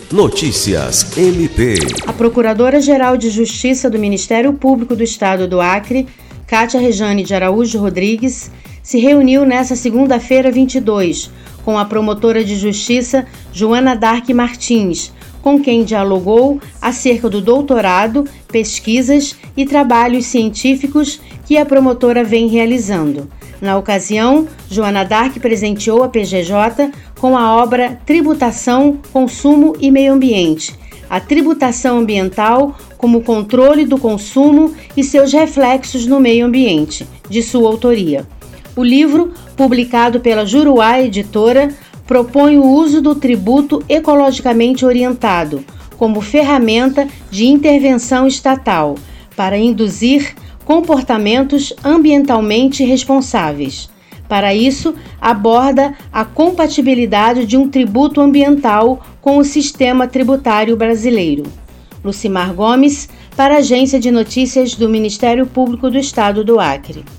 Notícias MP. A Procuradora-Geral de Justiça do Ministério Público do Estado do Acre, Kátia Rejane de Araújo Rodrigues, se reuniu nesta segunda-feira 22 com a promotora de justiça Joana Dark Martins, com quem dialogou acerca do doutorado, pesquisas e trabalhos científicos que a promotora vem realizando. Na ocasião, Joana Dark presenteou a PGJ com a obra Tributação, Consumo e Meio Ambiente, a tributação ambiental como controle do consumo e seus reflexos no meio ambiente, de sua autoria. O livro, publicado pela Juruá Editora, propõe o uso do tributo ecologicamente orientado como ferramenta de intervenção estatal para induzir comportamentos ambientalmente responsáveis. Para isso, aborda a compatibilidade de um tributo ambiental com o sistema tributário brasileiro. Lucimar Gomes, para a Agência de Notícias do Ministério Público do Estado do Acre.